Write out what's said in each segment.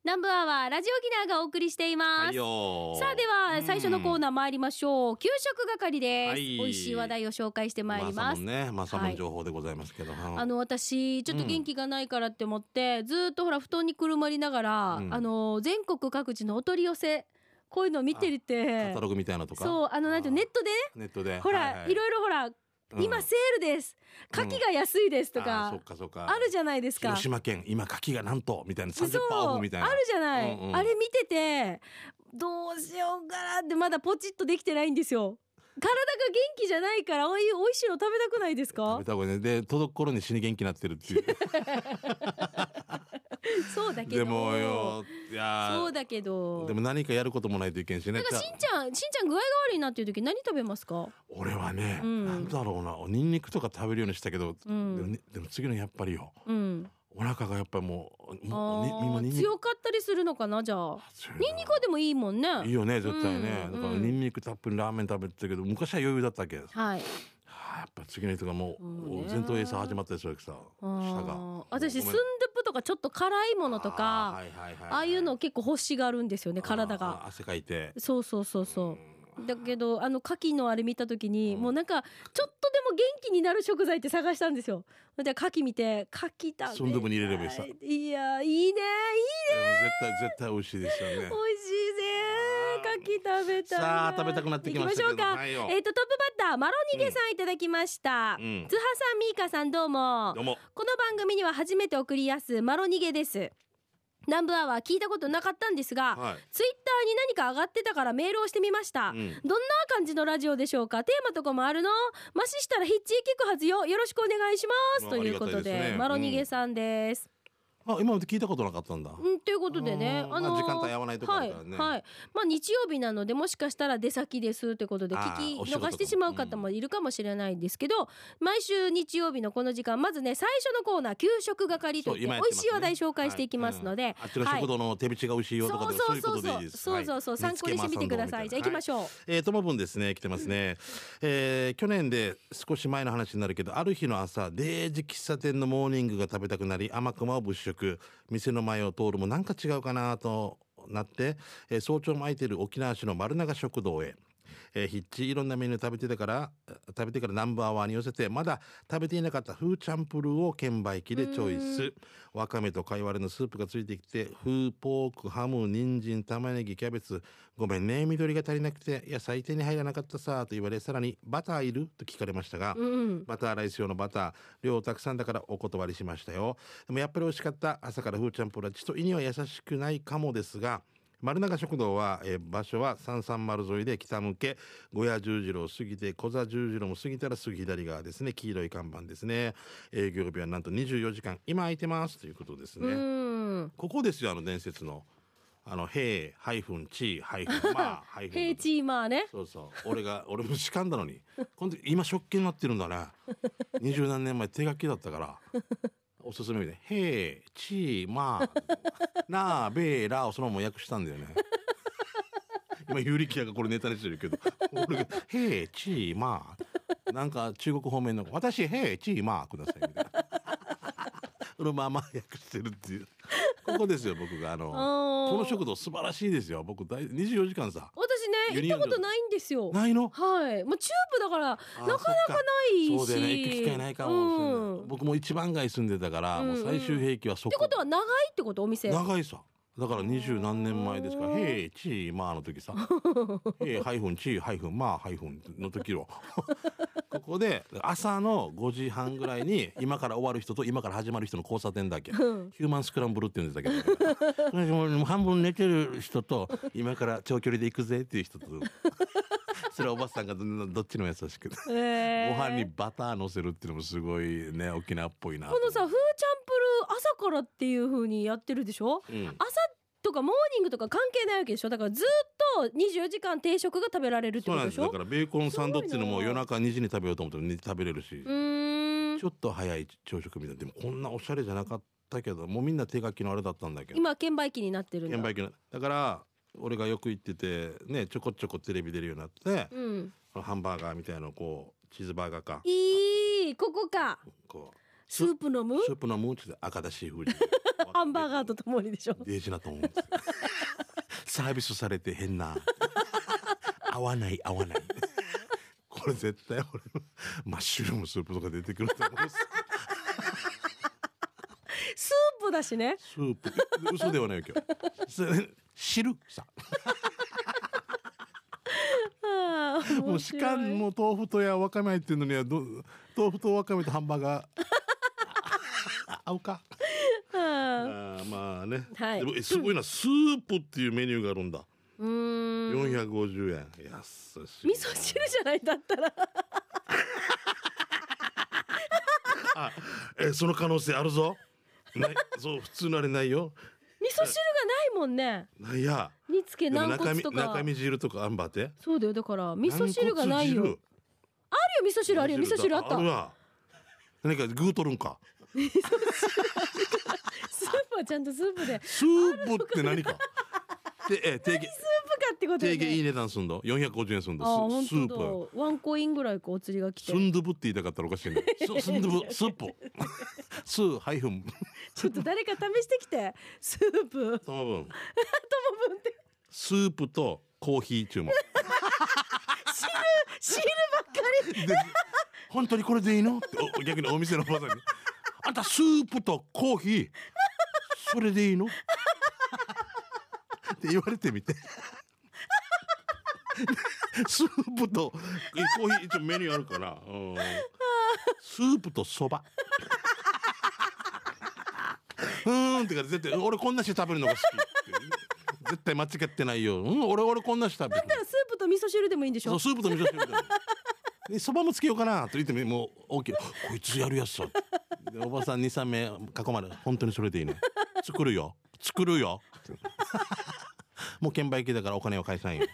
南部アワーラジオギナーがお送りしています。 はいよ。 さあでは最初のコーナー参りましょう。給食係です。 はい、 美味しい話題を紹介してまいります。 マサモン情報でございますけど、 はい、私ちょっと元気がないからって思って、ずっとほら布団にくるまりながら、全国各地のお取り寄せこういうのを見ていて、 カタログみたいなとか、 そうなんてネットでほら、いろいろほら今セールです。牡蠣が安いですとか、あるじゃないですか。 広島県今牡蠣がなんとみたいな 30% オフみたいなあるじゃない、あれ見ててどうしようかなってまだポチッとできてないんですよ。体が元気じゃないから美味しいの食べたくないですか？ 食べた方がいいね。で届く頃に死に元気になってるっていうそうだけどでもよ、いやそうだけどでも何かやることもないといけんしね。 だからしんちゃん具合が悪いなっていう時何食べますか？ 俺はね、なんだろうな、ニンニクとか食べるようにしたけど、でも次のやっぱりよ、お腹がやっぱりもう強かったりするのかな。じゃあニンニクはでもいいもんね。 いいよね絶対ね、だからニンニクたっぷりラーメン食べてたけど昔は余裕だったわけです。 はい、 やっぱ次の人がもう前頭閉鎖始まったりするわけさ。下が私スンドゥプとかちょっと辛いものとかああいうの結構欲しがるんですよね、体が。 汗かいて。 そうだけど牡蠣のあれ見た時に、もうなんかちょっとでも元気になる食材って探したんですよ。で牡蠣見て牡蠣食べスンドゥプに入れればいいさ。 いやいいね絶対美味しいですよね。 美味しいぜ牡蠣食べたい。 さあ食べたくなってきましたけど、 行きましょうか。トップバッターマロニゲさんいただきました。津波さん、ミーカさん、どうも。この番組には初めて送りやすマロニゲです。南部アワー聞いたことなかったんですが、ツイッターに何か上がってたからメールをしてみました。どんな感じのラジオでしょうか？テーマとかもあるの？もししたらヒッチ聞くはずよ。よろしくお願いします。ということで、マロニゲさんです。 今まで聞いたことなかったんだ。 ということでね、 時間帯合わないとこあるからね。 日曜日なのでもしかしたら出先ですということで聞き逃してしまう方もいるかもしれないんですけど、毎週日曜日のこの時間、まずね最初のコーナー給食係といって美味しい話題紹介していきますので、 あっちの食堂の手びちが美味しいよとかそういうことでいいです。 そう参考にしてみてください。じゃあ行きましょう。 ともぶんですね、来てますね。去年で少し前の話になるけど、ある日の朝デージ喫茶店のモーニングが食べたくなり甘くまを物色、店の前を通るもなんか違うかなとなって、早朝も空いている沖縄市の丸永食堂へ、ひっちいろんなメニュー食べてから南部アワーに寄せて、まだ食べていなかったフーチャンプルーを券売機でチョイス。わかめと貝割れのスープがついてきて、フーポーク、ハム、人参、玉ねぎ、キャベツ、ごめんね緑が足りなくて野菜手に入らなかったさと言われ、さらにバターいると聞かれましたが、バターライス用のバター量たくさんだからお断りしましたよ。でもやっぱり美味しかった。朝からフーチャンプルーはちと胃には優しくないかもですが、丸永食堂は、場所は330沿いで北向け、小屋十字路を過ぎて小座十字路も過ぎたらすぐ左側ですね。黄色い看板ですね。営業日はなんと24時間今空いてますということですね。ここですよ、伝説のヘイハイフンチーハイフンマーハイフンヘイチーマーね。 そう俺もしかんだのに今食券になってるんだね。20何年前手書きだったからおすすめでヘイチーマーなあベーラーをそのまま訳したんだよね。今ユーリキアがこれネタにしてるけど俺がヘイチーマーなんか中国方面の私ヘイチーマーくださいみたいなそのまま訳してるっていうここですよ。僕がこの食堂素晴らしいですよ。僕24時間さ。 私ね行ったことないんですよ。 ないの？ はい。もうチューブだからなかなかないし。 そうだよね。行く機会ないかも。僕も一番街住んでたから、もう最終兵器はそこ。 ってことは長いってこと？お店。 長いさ。だから20何年前ですから、ヘイチーマーの時さ、ヘイハイフンチーハイフンマーハイフンの時をここで朝の5時半ぐらいに今から終わる人と今から始まる人の交差点だけ、ヒューマンスクランブルって言うんですけど、もう半分寝てる人と今から長距離で行くぜっていう人とそれはおばさんがどっちも優しくて、ご飯にバター乗せるっていうのもすごいね、沖縄っぽいな。 このさフーチャンプルー朝からっていう風にやってるでしょ、朝とかモーニングとか関係ないわけでしょ。だからずっと24時間定食が食べられるってことでしょ。 そうなんです。だからベーコンサンドっていうのも夜中2時に食べようと思ったら2時食べれるし、ちょっと早い朝食みたいな。でもこんなおしゃれじゃなかったけど、もうみんな手書きのあれだったんだけど、 今券売機になってるんだ。 券売機だから俺がよく行っててね、ちょこちょこテレビ出るようになって、ハンバーガーみたいなのこうチーズバーガーかいいここかこうスープ飲むって赤だし風にハンバーガーとともにでしょ。 デージなと思うんですよサービスされて変な合わないこれ絶対俺マッシュルームスープとか出てくると思うんですスープだしね。 スープ嘘ではないよ今日それ汁さもうしかも豆腐とやわかめ入ってるのには豆腐とわかめとハンバーガー合うかまあね、 はい、 でもすごいな、スープっていうメニューがあるんだ。450円安い。 味噌汁じゃないだったらその可能性あるぞないそう普通のあれないよ。 味噌汁がないもんね。 いや煮付け軟骨とか中身汁とかあんばってそうだよ。だから味噌汁がないよ。あるよ味噌汁あるよ。味噌汁あった。 あるわ。何かグー取るんか味噌汁スープはちゃんとスープで。 スープって何かで何スープかってこと定義いい値段すんの450円すんだ。スープワンコインぐらいお釣りが来てスンドゥブって言いたかったらおかしいねスンドゥブスープスーハイフンちょっと誰か試してきてスープともぶんってスープとコーヒー注文汁ばっかりで本当にこれでいいのって逆にお店のおばさんにあんたスープとコーヒーそれでいいのって言われてみてスープとコーヒー一応メニューあるから、スープとそばってか絶対俺こんなし食べるのが好きって絶対間違ってないよ、俺こんなし食べる。 だったらスープと味噌汁でもいいんでしょ。 そうスープと味噌汁でもでそばもつけようかなと言ってもう OK こいつやるやつさでおばさん 2,3 名囲まれ本当にそれでいいね作るよもう券売機だからお金を返さんよ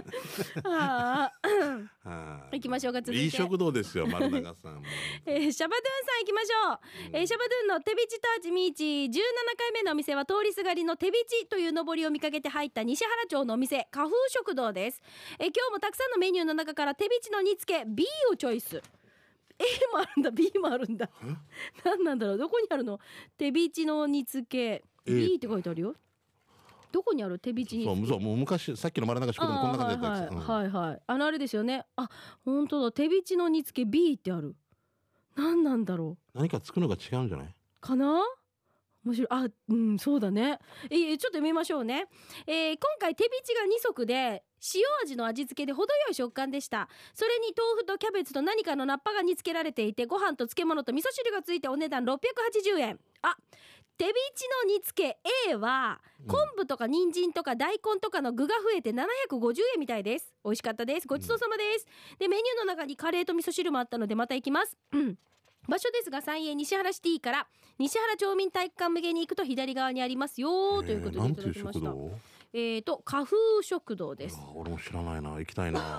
行きましょうか。続いていい食堂ですよ丸永さんも、 シャバドゥンさん行きましょう、シャバドゥンの手びちターチミーチ17回目のお店は通りすがりの手びちという上りを見かけて入った西原町のお店花風食堂です。今日もたくさんのメニューの中から手びちの煮付け B をチョイス。A もあるんだ B もあるんだ何なんだろう。どこにあるの手びちの煮付け B って書いてあるよ。どこにある手びちに。 そうもう昔さっきの丸永食堂もこんな感じだったやつ。 はいあれですよね。あ本当だ手びちの煮付け B ってある。何なんだろう。 何か作るのが違うんじゃないかな。面白い。そうだね。ちょっと読みましょうね。今回手びちが2足で塩味の味付けで程よい食感でした。それに豆腐とキャベツと何かのナッパが煮付けられていてご飯と漬物と味噌汁がついてお値段680円。手びちの煮付け A は昆布とか人参とか大根とかの具が増えて750円みたいです。美味しかったです。ごちそうさまです。でメニューの中にカレーと味噌汁もあったのでまた行きます。場所ですが三栄西原シティから西原町民体育館向けに行くと左側にありますよということでいただきました。花風食堂です。 俺も知らないな行きたいな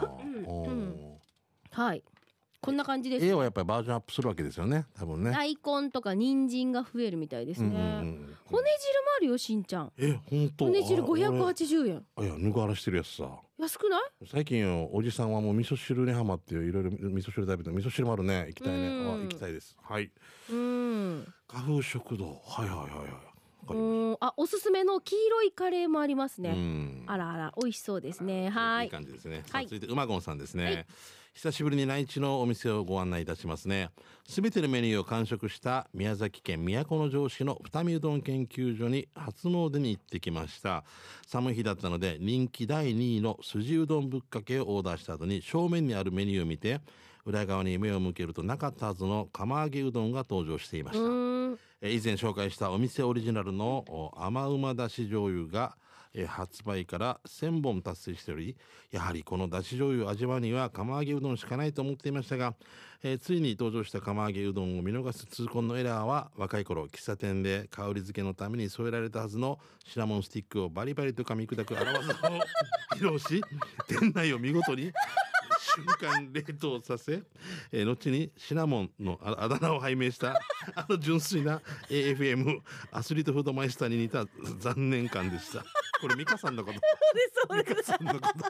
はいこんな感じです。 A はやっぱりバージョンアップするわけですよね多分ね。 大根とか人参が増えるみたいですね。骨汁もあるよしんちゃん。 本当。 骨汁580円。 いやぬか洗してるやつさ安くない？ 最近おじさんはもう味噌汁にハマっていろいろ味噌汁食べて味噌汁もあるね。行きたいね。行きたいです。はい花風食堂おすすめの黄色いカレーもありますね。あら美味しそうですね。はいいい感じですね。続いてうまごんさんですね。久しぶりに内地のお店をご案内いたしますね。すべてのメニューを完食した宮崎県都城市の二見うどん研究所に初詣に行ってきました。寒い日だったので人気第2位の筋うどんぶっかけをオーダーした後に正面にあるメニューを見て裏側に目を向けるとなかったはずの釜揚げうどんが登場していました。以前紹介したお店オリジナルの甘うまだし醤油が発売から1000本達成しており、やはりこのだし醤油を味わうには釜揚げうどんしかないと思っていましたが、ついに登場した釜揚げうどんを見逃す痛恨のエラーは若い頃喫茶店で香り付けのために添えられたはずのシナモンスティックをバリバリと噛み砕く荒技を披露し店内を見事に瞬間冷凍させ、後にシナモンのあだ名を拝命した純粋な AFM アスリートフードマイスターに似た残念感でした。これミカさんのことミカさんのこと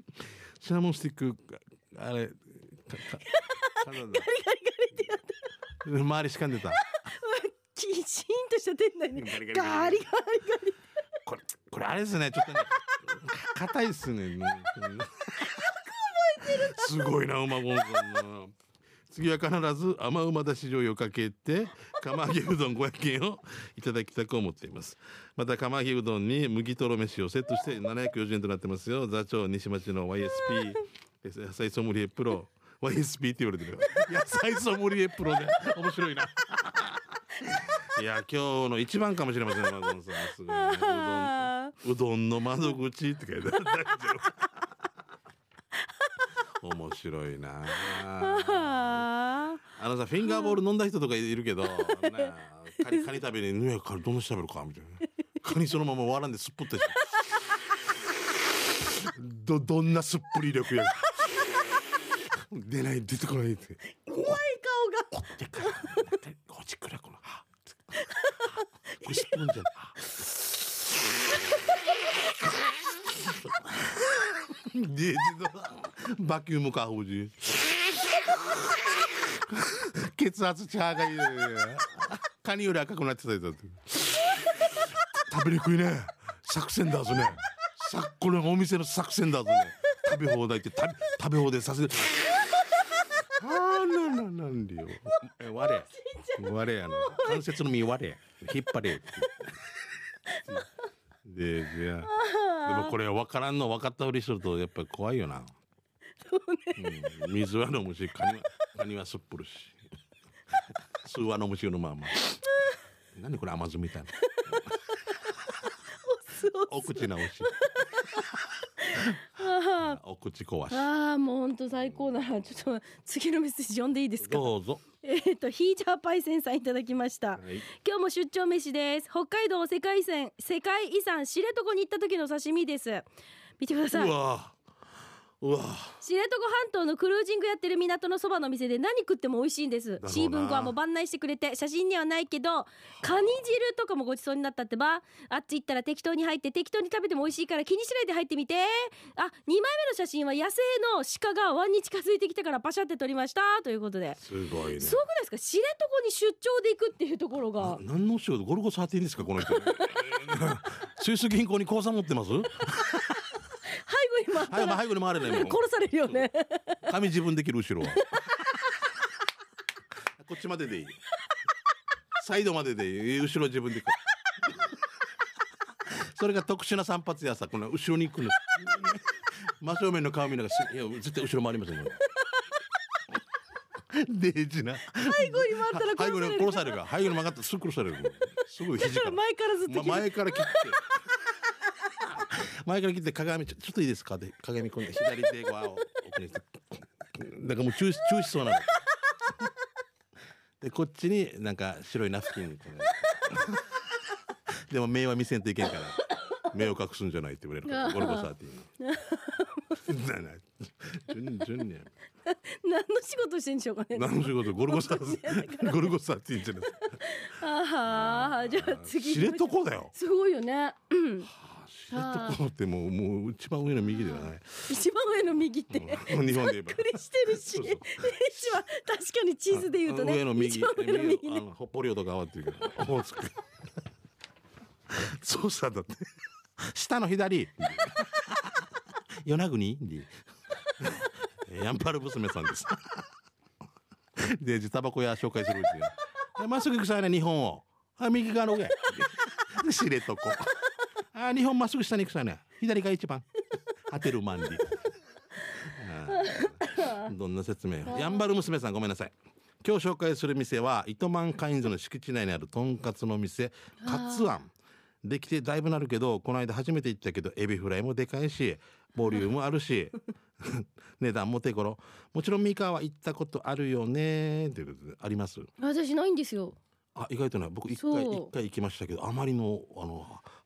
シナモンスティックあれガリガリガリってやった周りしかんでた。 キチンとした店内にガリガリガリ。 これあれですね、ちょっとね硬いですね。すごいな、馬ゴンさんな。次は必ず甘馬だし醤油をかけて釜揚げうどん500円をいただきたく思っています。また釜揚げうどんに麦とろ飯をセットして740円となってますよ。座長西町の YSP 野菜ソムリエプロ YSP って言われてる。野菜ソムリエプロで面白いな。いや今日の一番かもしれません。馬ゴンさんすごいね。うどんの窓口って書いてある。面白いな。さフィンガーボール飲んだ人とかいるけど、ね、カニ食べに「ねカニどんなし食べるか」みたいな。カニそのまま笑んですっぽったしどんなすっぷり力や出てこないって怖い顔がこってからこっちくらこのこれスプーンじゃないでバキュームかほじ血圧チャーがいいカニより赤くなってたりだって食べにくいね。作戦だぞね。これお店の作戦だぞね。食べ放題って食べ放題させてなんでよ我やの関節の身我引っ張れでもこれ分からんの分かったふりするとやっぱり怖いよな。そうね、水は飲むしカニはすっぷるし酢は飲むしのまま何これ甘酢みたいなお口直しお口壊し。 もうほんと最高な。ちょっと次のメッセージ読んでいいですか。 どうぞ。 ヒージャーパイセンさんいただきました、今日も出張飯です。北海道世界遺産知床に行った時の刺身です。見てください。知床半島のクルージングやってる港のそばの店で何食っても美味しいんです。シーブンコはもう番内してくれて写真にはないけどカニ汁とかもごちそうになったってば。あっち行ったら適当に入って適当に食べても美味しいから気にしないで入ってみて。2枚目の写真は野生の鹿が湾に近づいてきたからパシャって撮りましたということで。 すごいね。 すごくないですか。知床に出張で行くっていうところが。 何の仕事ゴルゴ13ですかこの人。スイス銀行に口座持ってます。背後に回れないもん。 殺されるよね。 髪自分できる後ろは。こっちまででいい。サイドまででいい。後ろ自分で。それが特殊な散髪やさ、この後ろに行くの。真正面の顔見ながら、いや絶対後ろ回りませんよ。デージな。 背後に回ったら殺されるが。背後に曲がったらすぐ殺される。すごい肘から。 前からずっと前から切って。前から切って鏡ちょっといいですかで鏡こんで左手を奥にしてだからもう中止そうなのでこっちになんか白いナフキンでも目は見せんといけんから目を隠すんじゃないって言われるからゴルゴ13何の仕事してんでしょうかね。 何の仕事ゴルゴ13じゃないじゃあ次知床だよ。 すごいよね。 知床ってもう一番上の右ではない。 一番上の右って日本で言えばざっくりしてるし、一番確かに地図で言うとね上の右北方領土が合わってるけどそうさだって下の左与那国ヤンパル娘さんですでタバコ屋紹介するうちまっすぐ行くさね日本を右側の上知床日本まっすぐ下に行くさね左が一番当てるマンディどんな説明。やんばる娘さんごめんなさい。今日紹介する店は糸満カインズの敷地内にあるとんかつの店カツアンできてだいぶなるけどこの間初めて行ったけどエビフライもでかいしボリュームあるし値段も手頃。もちろんミカは行ったことあるよねっていうことであります。 私ないんですよ。 意外とね僕一回行きましたけどあまりの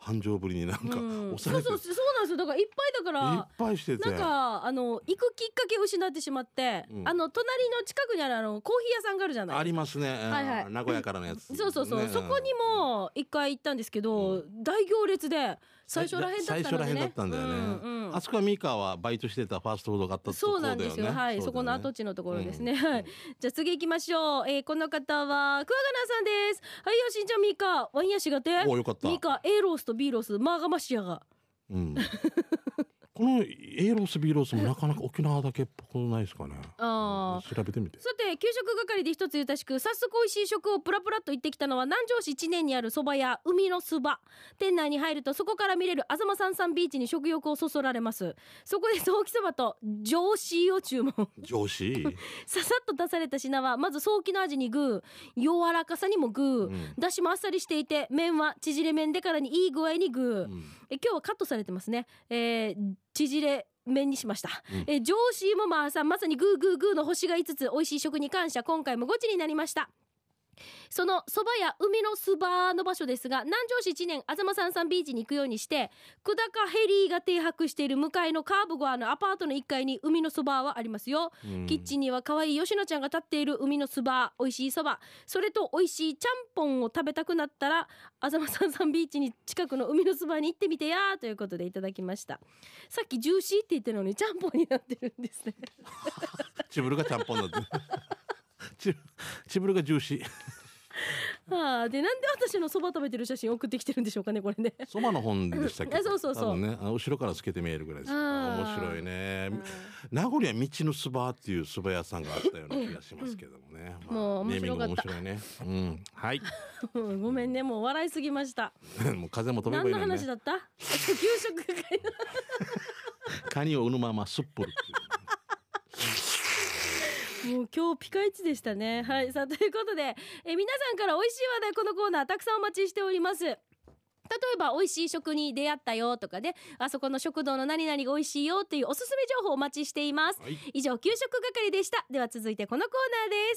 繁盛ぶりになんか押されて、 そうなんですよ。だからいっぱいだからいっぱいしてて、 なんか行くきっかけを失ってしまって、隣の近くにあるコーヒー屋さんがあるじゃないですか。 ありますね、名古屋からのやつ、 そう、そこにも一回行ったんですけど、大行列で最初らへんだったのでね。 最初らへんだったんだよね、あそこはミカはバイトしてたファーストフードがあったところだよね。 そうなんですよ、はい、そこの跡地のところですね、はい。じゃあ次行きましょう。この方はクワガナさんです。はいよ、しんちゃんミカワインやしがて、 およかった。 ミカ A ロースと B ロースマーガマシアがこの A ロース B ロースもなかなか沖縄だけっぽくないですかね。調べてみて。 さて給食係で一つゆたしく早速美味しい食をプラプラっと行ってきたのは南城市1年にある蕎麦屋海のそば。店内に入るとそこから見れるあざまさんさんビーチに食欲をそそられます。そこでソーキそばと上司を注文。 上司ささっと出された品はまずソーキの味にグー、柔らかさにもグー、だしもあっさりしていて麺は縮れ麺でからにいい具合にグー、今日はカットされてますね。縮れ麺にしました。上司もまさにグーグーグーの星が5つ、美味しい食に感謝。今回もゴチになりました。その蕎麦屋海のそばの場所ですが、南城市1年あざまさんさんビーチに行くようにして久高ヘリーが停泊している向かいのカーブ側のアパートの1階に海のそばはありますよ。キッチンには可愛い吉野ちゃんが立っている海のそば、美味しいそば、それと美味しいちゃんぽんを食べたくなったらあざまさんさんビーチに近くの海のそばに行ってみてやということでいただきました。さっきジューシーって言ってるのにちゃんぽんになってるんですね。 チブルがちゃんぽんだってチブルがジューシーでなんで私のそば食べてる写真送ってきてるんでしょうかね、これね。 そばの本でしたっけそう、 ね、後ろから透けて見えるぐらいです面白いね。名残は道のそばっていうそば屋さんがあったような気がしますけどもね、 もう面白かった。 ネーミング面白いね、はいごめんね、もう笑いすぎましたもう風も飛べばいいのに、ね、 何の話だった給食会カニをうぬまますっぽるっていうもう今日ピカイチでしたね。はい、さあということで皆さんから美味しい話題、このコーナーたくさんお待ちしております。例えば美味しい食に出会ったよとかで、あそこの食堂の何々が美味しいよっていうおすすめ情報お待ちしています、以上給食係でした。では続いてこのコーナーです。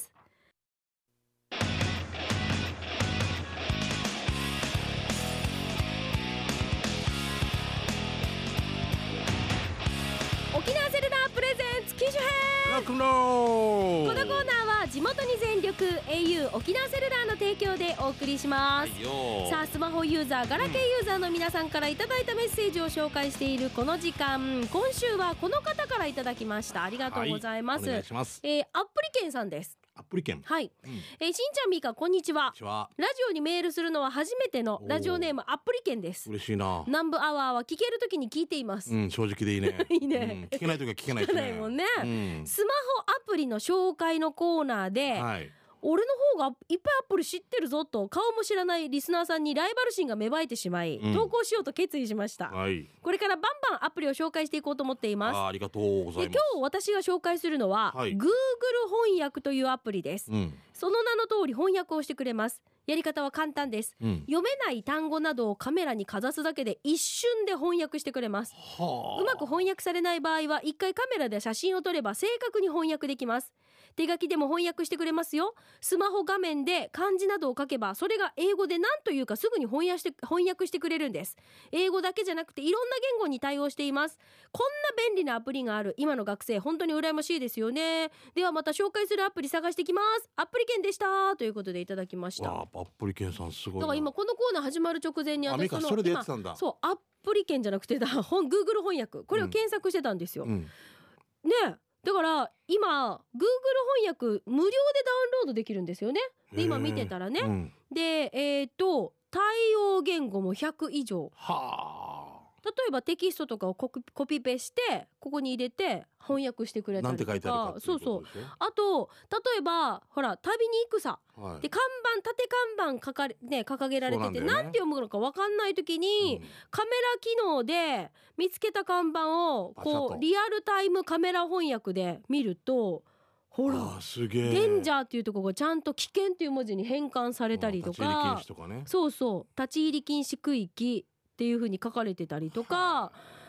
沖縄セルラープレゼンツ機種編。このコーナーは地元に全力 au 沖縄セルラーの提供でお送りします、さあスマホユーザーガラケーユーザーの皆さんからいただいたメッセージを紹介しているこの時間、今週はこの方からいただきました。ありがとうございます、 お願いします。 アップリケンさんです。 アップリケン、 はい、しんちゃんみーかこんにちは。ラジオにメールするのは初めてのラジオネームアップリケンです。 嬉しいな。 南部アワーは聞けるときに聞いています、 正直でいいねいいね、 聞けないときは聞けないとね、 もんね、スマホアプリの紹介のコーナーで、俺の方がいっぱいアプリ知ってるぞと顔も知らないリスナーさんにライバル心が芽生えてしまい、投稿しようと決意しました、これからバンバンアプリを紹介していこうと思っています。 ありがとうございます。 で今日私が紹介するのは、Google 翻訳というアプリです、その名の通り翻訳をしてくれます。やり方は簡単です、読めない単語などをカメラにかざすだけで一瞬で翻訳してくれます。うまく翻訳されない場合は一回カメラで写真を撮れば正確に翻訳できます。手書きでも翻訳してくれますよ。スマホ画面で漢字などを書けばそれが英語で何というかすぐに翻訳してくれるんです。英語だけじゃなくていろんな言語に対応しています。こんな便利なアプリがある今の学生本当に羨ましいですよね。ではまた紹介するアプリ探してきます。アプリ券でしたということでいただきました。 アプリ券さんすごいな。 だから今このコーナー始まる直前にそれでやってたんだ。 そうアプリ券じゃなくてGoogle 翻訳これを検索してたんですよ、ねえだから今 Google 翻訳無料でダウンロードできるんですよね。で今見てたらね、で対応言語も100以上。例えばテキストとかをコピペしてここに入れて翻訳してくれたりとか、 なんて書いてあるかっていうことでしょ。 あと例えばほら旅に行くさ、で縦看板掲げられてて、なんて読むのか分かんない時に、カメラ機能で見つけた看板をこうリアルタイムカメラ翻訳で見るとほらすげえデンジャーっていうところがちゃんと危険っていう文字に変換されたりとか、 立ち入り禁止とかね、 そう立ち入り禁止区域っていう風に書かれてたりとか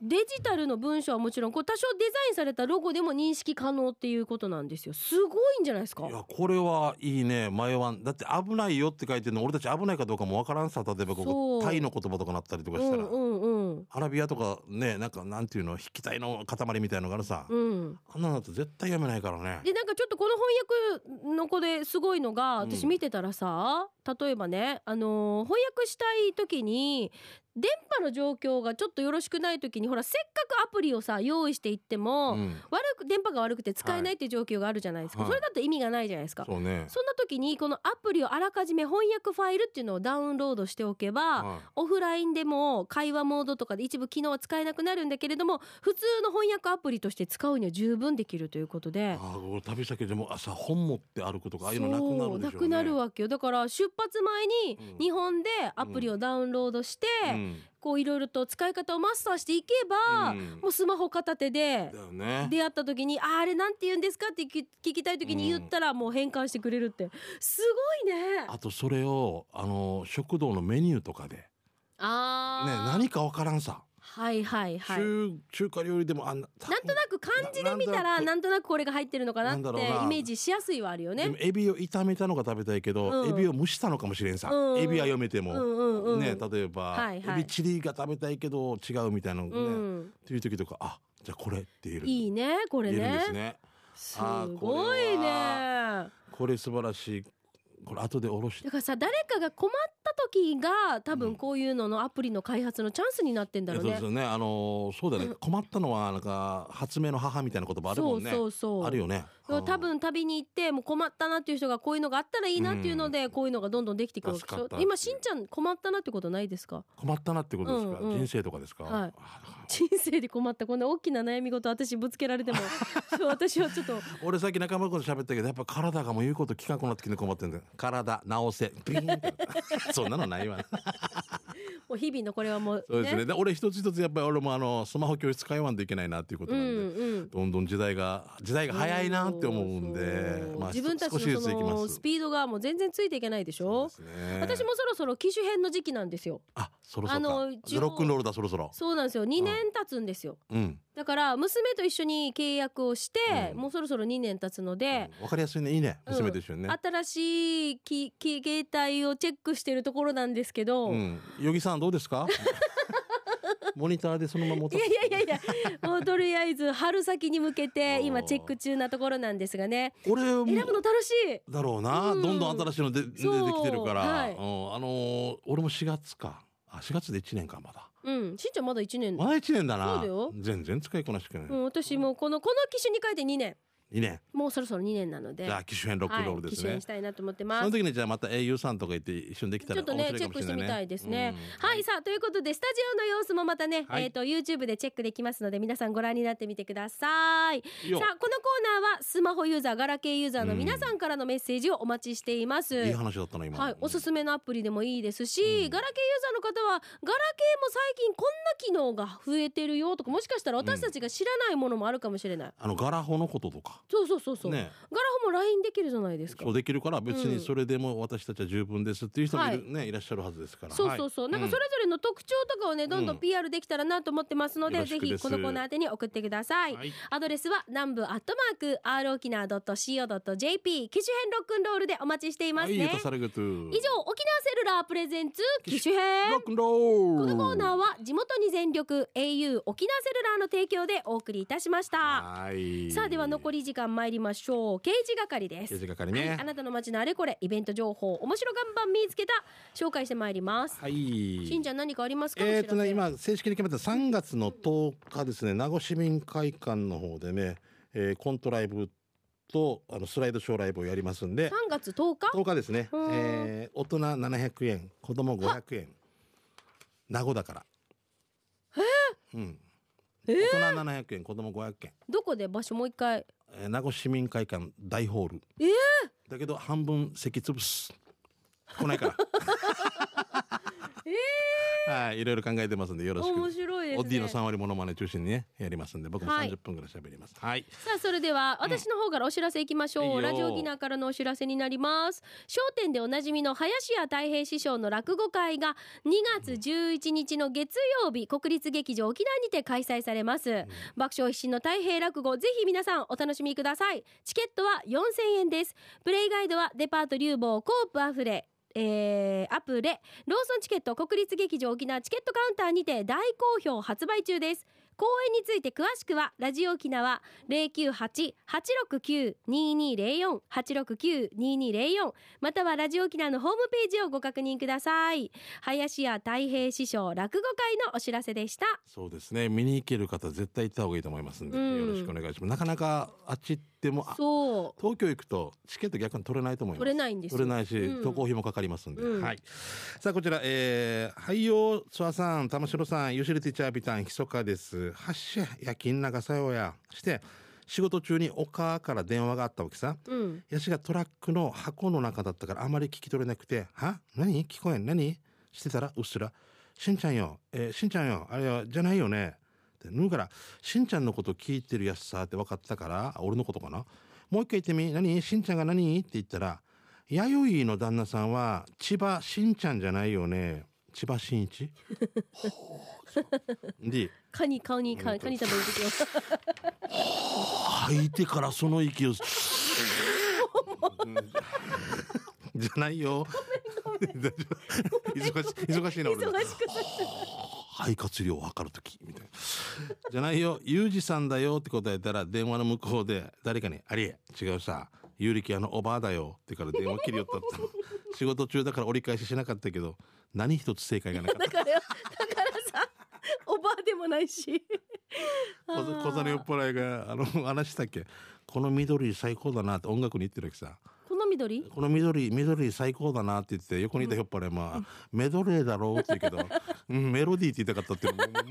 デジタルの文章はもちろんこう多少デザインされたロゴでも認識可能っていうことなんですよ。すごいんじゃないですか。 いやこれはいいね。迷わん。だって危ないよって書いてるの俺たち危ないかどうかもわからんさ。例えばここタイの言葉とかなったりとかしたら、アラビアとかね、なんていうの、筆記体の塊みたいのがあるさ、あんなのだと絶対読めないからね。 でなんかちょっとこの翻訳の子ですごいのが、私見てたらさ、例えばね、翻訳したい時に電波の状況がちょっとよろしくない時に、ほらせっかくアプリをさ用意していっても、電波が悪くて使えないっていう状況があるじゃないですか、それだと意味がないじゃないですか。 そうね。 そんな時にこのアプリをあらかじめ翻訳ファイルっていうのをダウンロードしておけば、オフラインでも会話モードとかで一部機能は使えなくなるんだけれども、普通の翻訳アプリとして使うには十分できるということで、 旅先でも朝本持って歩くとかああいうのなくなるんでしょうね。 なくなるわけよ。だから出発前に日本でアプリをダウンロードして、こういろいろと使い方をマスターしていけば、もうスマホ片手で出会った時に、あれなんて言うんですかって聞きたい時に言ったらもう変換してくれるって、すごいね。あとそれを食堂のメニューとかでね、何かわからんさ。 はいはいはい。 中華料理でもなんとなく漢字で見たらなんとなくこれが入ってるのかなってイメージしやすいはあるよね。 でもエビを炒めたのが食べたいけど、エビを蒸したのかもしれんさ、エビは読めても、ね、例えば、エビチリが食べたいけど違うみたいなのね、っていう時とか、じゃあこれって言える。 いいねこれね。 言えるんですね。 すごいね。 これ素晴らしい。これ後でおろして。 だからさ、誰かが困った時が多分こういうののアプリの開発のチャンスになってんだろうね。 そうですよね。そうだね。困ったのはなんか発明の母みたいな言葉あるもんね。そうあるよね。 多分旅に行ってもう困ったなっていう人がこういうのがあったらいいなっていうので、こういうのがどんどんできてくるわけでしょ。今しんちゃん困ったなってことないですか？ 困ったなってことですか？人生とかですか？ はい。人生で困ったこんな大きな悩み事私ぶつけられても私はちょっと俺さっき中村君と喋ったけど、やっぱ体がもう言うこと聞かなくなってきて困ってんだよ。体直せピーンってそんなのないわもう日々のこれはもう、ね、 そうですね。で俺一つ一つやっぱり俺もスマホ教室通わんといけないなっていうことなんで、どんどん時代が早いなって思うんで、 自分たちのそのスピードがもう全然ついていけないでしょ。そうですね。私もそろそろ機種変の時期なんですよ。 そろそろか。ロックンロールだ。そろそろそうなんですよ。2年経つんですよ、だから娘と一緒に契約をして、もうそろそろ2年経つので、 わかりやすいね。いいね、娘と一緒にね。 新しい携帯をチェックしてるところなんですけど、 ヨギさんどうですかモニターでそのままいやもうとりあえず春先に向けて今チェック中なところなんですがね。選ぶの楽しいだろうな、どんどん新しいの出てきてるから、俺も4月か4月で1年かまだ。 しんちゃんまだ1年。 まだ1年だな。 そうだよ。 全然使いこなしくない。 私もこの機種に変えて2年。もうそろそろ2年なので、 じゃあ機種変ロックンロールですね。 機種変したいなと思ってます。 その時にじゃあまた au さんとか行って一緒にできたら面白いかもしれないね。 ちょっとねチェックしてみたいですね。はい、さあということでスタジオの様子もまたね、YouTube でチェックできますので皆さんご覧になってみてください。さあこのコーナーはスマホユーザーガラケーユーザーの皆さんからのメッセージをお待ちしています。 いい話だったな今。 はい、おすすめのアプリでもいいですし、ガラケーユーザーの方はガラケーも最近こんな機能が増えてるよとか、もしかしたら私たちが知らないものもあるかもしれない。 ガラホのこととか。 そうね。ガラホも LINE できるじゃないですか。 そうできるから別にそれでも私たちは十分ですっていう人もいらっしゃるはずですから。 そうなんかそれぞれの特徴とかをねどんどん PR できたらなと思ってますので、ぜひこのコーナー宛てに送ってください。アドレスは南部@r沖縄 .co.jp 機種編ロックンロールでお待ちしていますね。以上沖縄セルラープレゼンツ機種編ロックンロール。このコーナーは地元に全力 au 沖縄セルラーの提供でお送りいたしました。さあでは残り時間参りましょう。刑事係です。 刑事係ね。 あなたの街のあれこれイベント情報面白看板見つけた紹介してまいります。しんちゃん何かありますか？ 今正式に決まった3月の10日ですね、名護市民会館の方でね、コントライブとスライドショーライブをやりますんで、 3月10日 10日ですね、大人700円子供500円名護だから、大人700円子供500円。 どこで場所もう一回。 名護市民会館大ホール、だけど半分席潰す来ないからはい、いろいろ考えてますんでよろしく。 面白いですね。 オッディの3割モノマネ中心にねやりますんで、僕も30分ぐらい喋ります。はい。 さあそれでは私の方からお知らせいきましょう。 いいよラジオ沖縄からのお知らせになります。笑点でおなじみの林家太平師匠の落語会が2月11日の月曜日、国立劇場沖縄にて開催されます。爆笑必至の太平落語、ぜひ皆さんお楽しみください。チケットは4000円です。プレイガイドはデパート流房コープアフレアプレローソンチケット国立劇場沖縄チケットカウンターにて大好評発売中です。公演について詳しくはラジオ沖縄 098-869-2204 869-2204 またはラジオ沖縄のホームページをご確認ください。林家太平師匠落語会のお知らせでした。 そうですね、見に行ける方絶対行った方がいいと思いますんで、よろしくお願いします。なかなかあっち行ってもそう東京行くとチケット逆に取れないと思います。 取れないんですよ。 取れないし、渡航費もかかりますんで、はい。さあこちら、はいよツアさん玉城さんユシリティチャービタンひそかです。はっしゃ夜勤長さよやして仕事中にお母から電話があったわけさ、やしがトラックの箱の中だったからあまり聞き取れなくて、は何聞こえん何してたらうっすらしんちゃんよ、しんちゃんよあれはじゃないよねってぬうからしんちゃんのこと聞いてるやつさって分かったから、俺のことかな、もう一回言ってみ、何しんちゃんが何って言ったら、弥生の旦那さんは千葉しんちゃんじゃないよね、千葉真一でカニ食べる時よ吐いてからその息をじゃないよ忙しいな俺忙しくなっ肺活量を測るときみたいなじゃないよユージさんだよって答えたら電話の向こうで誰かにありえ違うさユーリキアのおばあだよってから電話切りよったって仕事中だから折り返ししなかったけど何一つ正解がなかっただからさおばあでもないし小座の酔っ払いが話したっけ、この緑最高だなって音楽に言ってるわけさ、 この緑最高だなって言って横にいた酔っ払いメドレーだろうって言うけど、メロディーって言いたかったって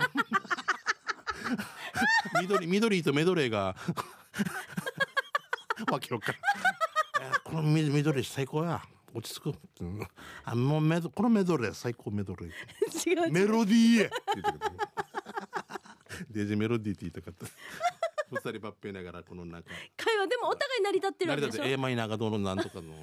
緑とメドレーがわけよかこの緑最高や落ち着く、もうこのメドレー最高メドレー違うメロディーって言ったかったデジメロディーって言いたかった二人ばっぺながらこの中会話でもお互い成り立ってるわけでしょ。 A マイナーがどのなんとかの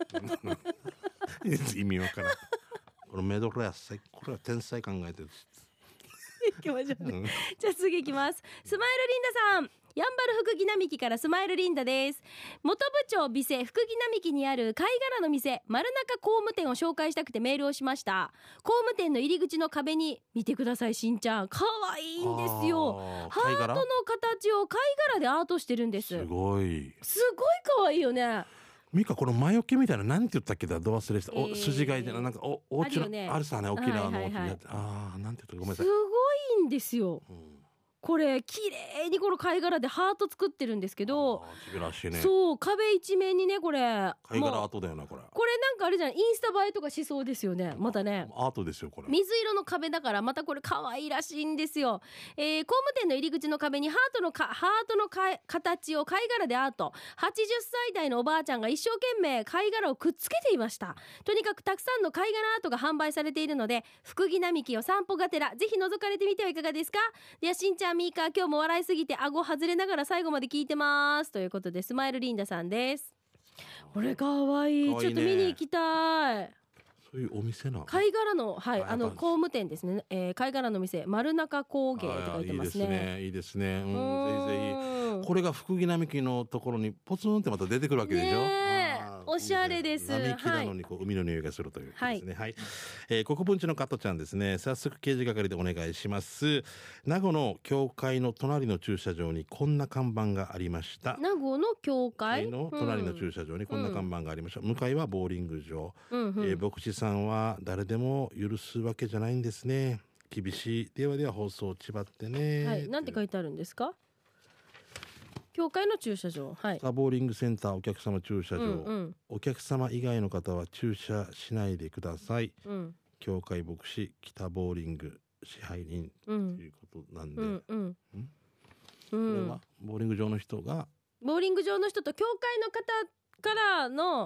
意味わからん。このメドレー最高、これは天才考えてる行きましょうね、じゃあ次行きます。スマイルリンダさん、やんばる福木並木からスマイルリンダです。元部長美瀬福木並木にある貝殻の店丸中工務店を紹介したくてメールをしました。工務店の入り口の壁に見てください、しんちゃんかわいいんですよ。ハートの形を貝殻でアートしてるんです。 すごいかわいいよね。 ミカこの魔除けみたいななんて言ったっけだ、ど忘れした、筋貝じゃなんかお家のあるさね、沖縄のなんて言ったごめんなさい、 すごいんですよ、これ綺麗にこの貝殻でハート作ってるんですけど、そう壁一面にねこれ貝殻アートだよなこれなんかあれじゃん、インスタ映えとかしそうですよね。またねアートですよこれ、 水色の壁だからまたこれ可愛らしいんですよ。工務店の入り口の壁にハートの形を貝殻でアート。80歳代のおばあちゃんが一生懸命貝殻をくっつけていました。とにかくたくさんの貝殻アートが販売されているので福木並木を散歩がてらぜひ覗かれてみてはいかがですか。ではしんちゃんみーか今日も笑いすぎて顎外れながら最後まで聞いてますということでスマイルリンダさんです。これかわいい、ちょっと見に行きたい。 そういうお店な貝殻の工務店ですね、貝殻の店丸中工芸と書いてますね。 いいですね、ぜひぜひこれが福木並木のところにポツンってまた出てくるわけでしょ、 おしゃれです。 並木なのにこう海の匂いがするというですね。はい。国分寺の加トちゃんですね。早速刑事係でお願いします。名護の教会の隣の駐車場にこんな看板がありました。 名護の教会の隣の駐車場にこんな看板がありました。向かいはボーリング場。牧師さんは誰でも許すわけじゃないんですね。厳しい。では放送ちばってね。 はい。なんて書いてあるんですか。教会の駐車場、 ボーリングセンターお客様駐車場、お客様以外の方は駐車しないでください、教会牧師北ボーリング支配人ということなんで、これはボーリング場の人と教会の方からの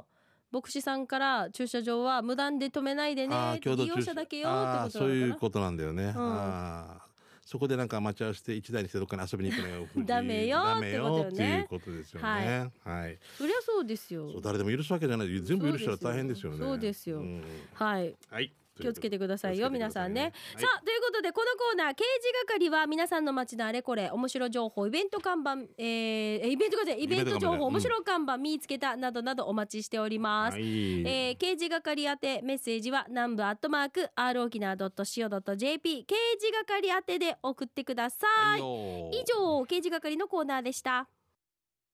牧師さんから駐車場は無断で止めないでね、利用者だけよってことなのかな。 そういうことなんだよね、そこでなんか待ち合わせて一台にしてどっかに遊びに行くのよダメよっていうことですよね。はい、 そりゃそうですよ。 誰でも許すわけじゃない、全部許したら大変ですよね。 そうですよ、はい、気をつけてくださいよ皆さんね。さあということでこのコーナー刑事係は皆さんの街のあれこれ面白情報イベント看板、イベント情報面白看板見つけたなどなどお待ちしております。刑事係宛てメッセージは南部@r沖縄.co.jp 刑事係宛てで送ってください。以上刑事係のコーナーでした。